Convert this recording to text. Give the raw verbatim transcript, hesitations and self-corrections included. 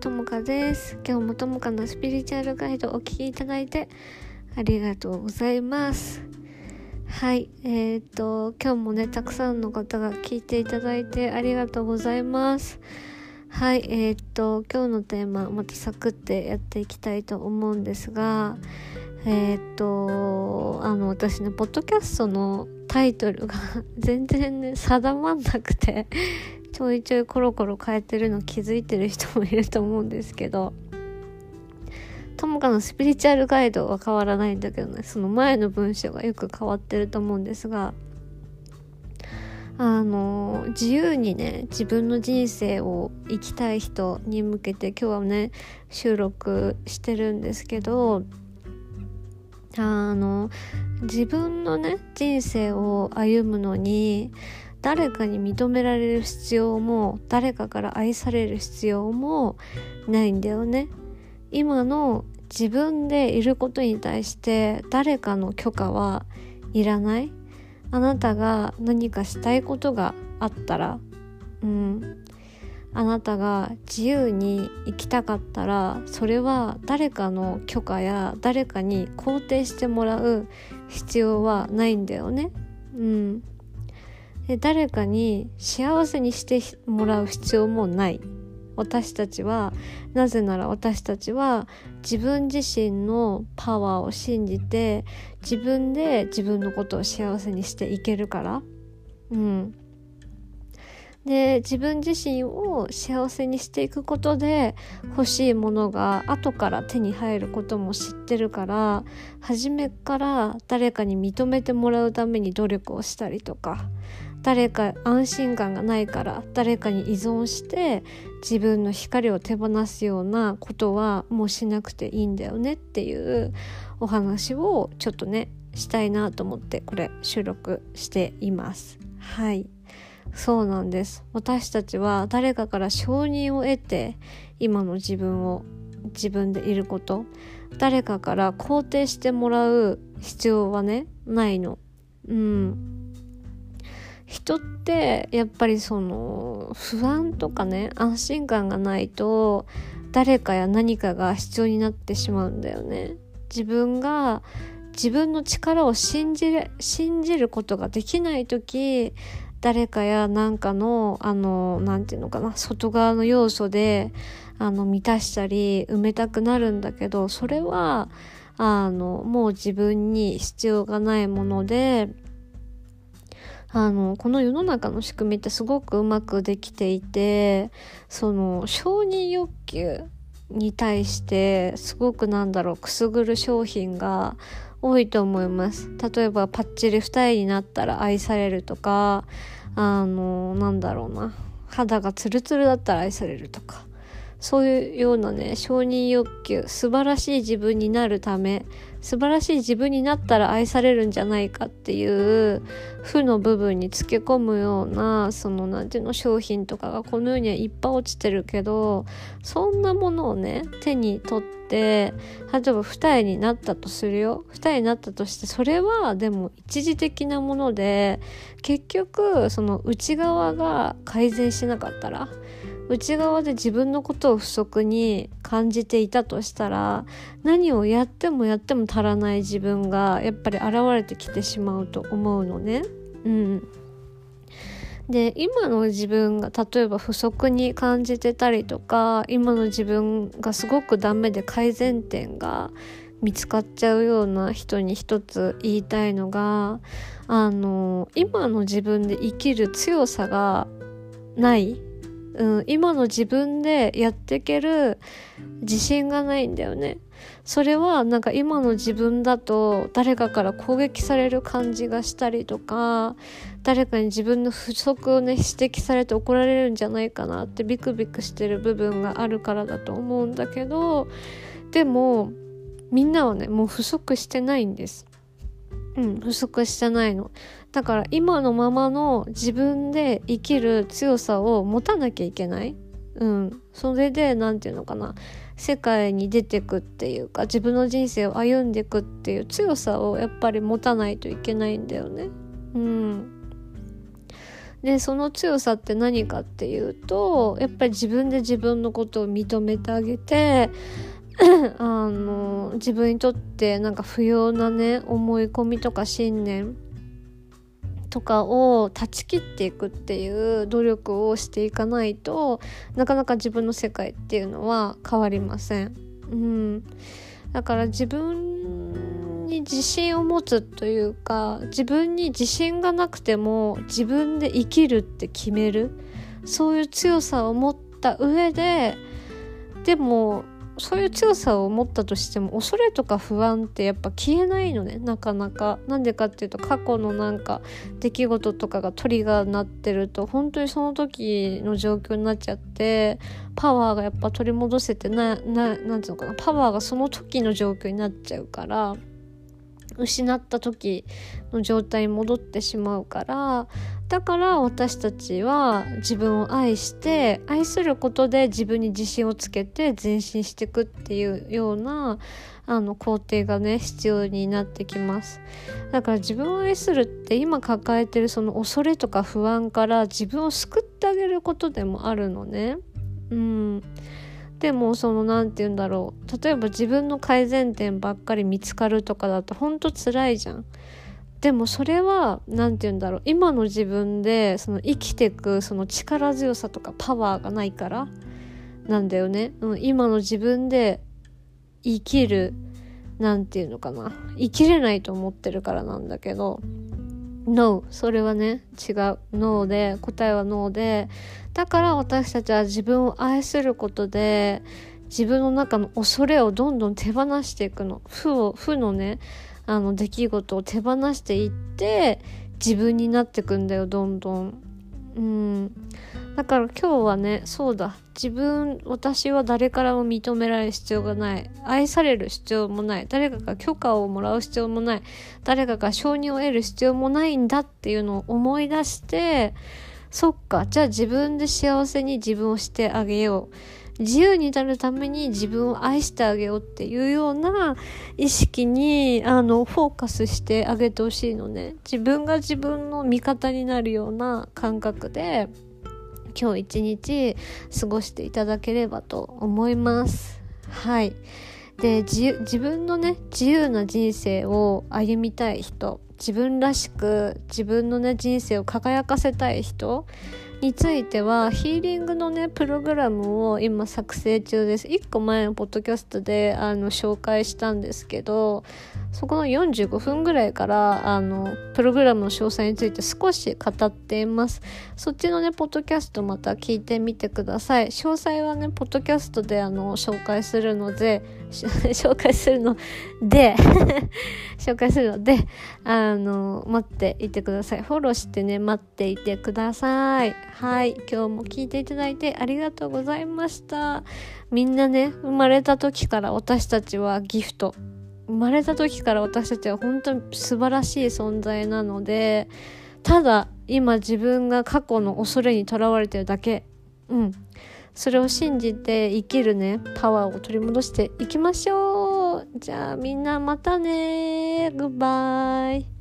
ともかです。今日もともかのスピリチュアルガイドをお聞きいただいてありがとうございます。はい、えー、っと今日もねたくさんの方が聞いていただいてありがとうございます。はい、えー、っと今日のテーマまたサクってやっていきたいと思うんですが、えー、っとあの私ねポッドキャストのタイトルが全然ね定まんなくてちょいちょいコロコロ変えてるの気づいてる人もいると思うんですけど、ともかのスピリチュアルガイドは変わらないんだけどね、その前の文章がよく変わってると思うんですが、あの自由にね自分の人生を生きたい人に向けて今日はね収録してるんですけど、あの自分のね人生を歩むのに誰かに認められる必要も誰かから愛される必要もないんだよね。今の自分でいることに対して誰かの許可はいらない。あなたが何かしたいことがあったら、うん、あなたが自由に生きたかったらそれは誰かの許可や誰かに肯定してもらう必要はないんだよね。うんで誰かに幸せにしてもらう必要もない。私たちはなぜなら私たちは自分自身のパワーを信じて自分で自分のことを幸せにしていけるから、うん、で自分自身を幸せにしていくことで欲しいものが後から手に入ることも知ってるから、初めから誰かに認めてもらうために努力をしたりとか、誰か安心感がないから誰かに依存して自分の光を手放すようなことはもうしなくていいんだよねっていうお話をちょっとねしたいなと思ってこれ収録しています。はい、そうなんです。私たちは誰かから承認を得て今の自分を自分でいること、誰かから肯定してもらう必要はねないの。うん人ってやっぱりその不安とかね安心感がないと誰かや何かが必要になってしまうんだよね。自分が自分の力を信じる、信じることができないとき、誰かや何かのあのなんていうのかな外側の要素であの満たしたり埋めたくなるんだけど、それはあのもう自分に必要がないもので、あのこの世の中の仕組みってすごくうまくできていて、その承認欲求に対してすごくなんだろうくすぐる商品が多いと思います。例えばパッチリ二重になったら愛されるとか、あのなんだろうな肌がツルツルだったら愛されるとか、そういうようなね承認欲求、素晴らしい自分になるため、素晴らしい自分になったら愛されるんじゃないかっていう負の部分につけ込むようなそのなんていうの商品とかがこの世にはいっぱい落ちてるけど、そんなものをね手に取って例えば二重になったとするよ。二重になったとしてそれはでも一時的なもので、結局その内側が改善しなかったら、内側で自分のことを不足に感じていたとしたら、何をやってもやっても足らない自分がやっぱり現れてきてしまうと思うのね。うん。で、今の自分が例えば不足に感じてたりとか、今の自分がすごくダメで改善点が見つかっちゃうような人に一つ言いたいのが、あの今の自分で生きる強さがない。うん、今の自分でやっていける自信がないんだよね。それはなんか今の自分だと誰かから攻撃される感じがしたりとか、誰かに自分の不足をね指摘されて怒られるんじゃないかなってビクビクしてる部分があるからだと思うんだけど、でもみんなはねもう不足してないんです。うん、不足してないの。だから今のままの自分で生きる強さを持たなきゃいけない。うん、それでなんていうのかな、世界に出てくっていうか自分の人生を歩んでいくっていう強さをやっぱり持たないといけないんだよね。うん。 でその強さって何かっていうと、やっぱり自分で自分のことを認めてあげてあの自分にとってなんか不要なね思い込みとか信念とかを断ち切っていくっていう努力をしていかないと、なかなか自分の世界っていうのは変わりません。うん、だから自分に自信を持つというか、自分に自信がなくても自分で生きるって決める、そういう強さを持った上で、でもそういう強さを持ったとしても恐れとか不安ってやっぱ消えないのね、なかなか。なんでかっていうと、過去のなんか出来事とかがトリガーになってると本当にその時の状況になっちゃって、パワーがやっぱ取り戻せてな、な、なんていうのかな、パワーがその時の状況になっちゃうから、失った時の状態に戻ってしまうから、だから私たちは自分を愛して愛することで自分に自信をつけて前進していくっていうようなあの工程がね必要になってきます。だから自分を愛するって今抱えてるその恐れとか不安から自分を救ってあげることでもあるのね。うんでもそのなんて言うんだろう、例えば自分の改善点ばっかり見つかるとかだとほんと辛いじゃん。でもそれはなんて言うんだろう、今の自分でその生きていくその力強さとかパワーがないからなんだよね、うん、今の自分で生きるなんていうのかな、生きれないと思ってるからなんだけど、No、 それはね違う、 No で、答えは No で、だから私たちは自分を愛することで自分の中の恐れをどんどん手放していくの。負を負のねあの出来事を手放していって自分になっていくんだよ、どんどん。うんだから今日はね、そうだ、自分私は誰からも認められる必要がない、愛される必要もない、誰かが許可をもらう必要もない、誰かが承認を得る必要もないんだっていうのを思い出して、そっか、じゃあ自分で幸せに自分をしてあげよう、自由になるために自分を愛してあげようっていうような意識にあのフォーカスしてあげてほしいのね。自分が自分の味方になるような感覚で今日一日過ごしていただければと思います。はい。で、自, 自分のね自由な人生を歩みたい人、自分らしく自分のね人生を輝かせたい人についてはヒーリングのねプログラムを今作成中です。いっこまえのポッドキャストであの紹介したんですけど、そこのよんじゅうごふんぐらいからあのプログラムの詳細について少し語っています。そっちのねポッドキャストまた聞いてみてください。詳細はねポッドキャストであの紹介するので紹介するので紹介するのであの待っていてください。フォローしてね待っていてください。はい、今日も聞いていただいてありがとうございました。みんなね生まれた時から私たちはギフト、生まれた時から私たちは本当に素晴らしい存在なので、ただ今自分が過去の恐れにとらわれてるだけ。うんそれを信じて生きるねパワーを取り戻していきましょう。じゃあみんなまたね、グッバイ。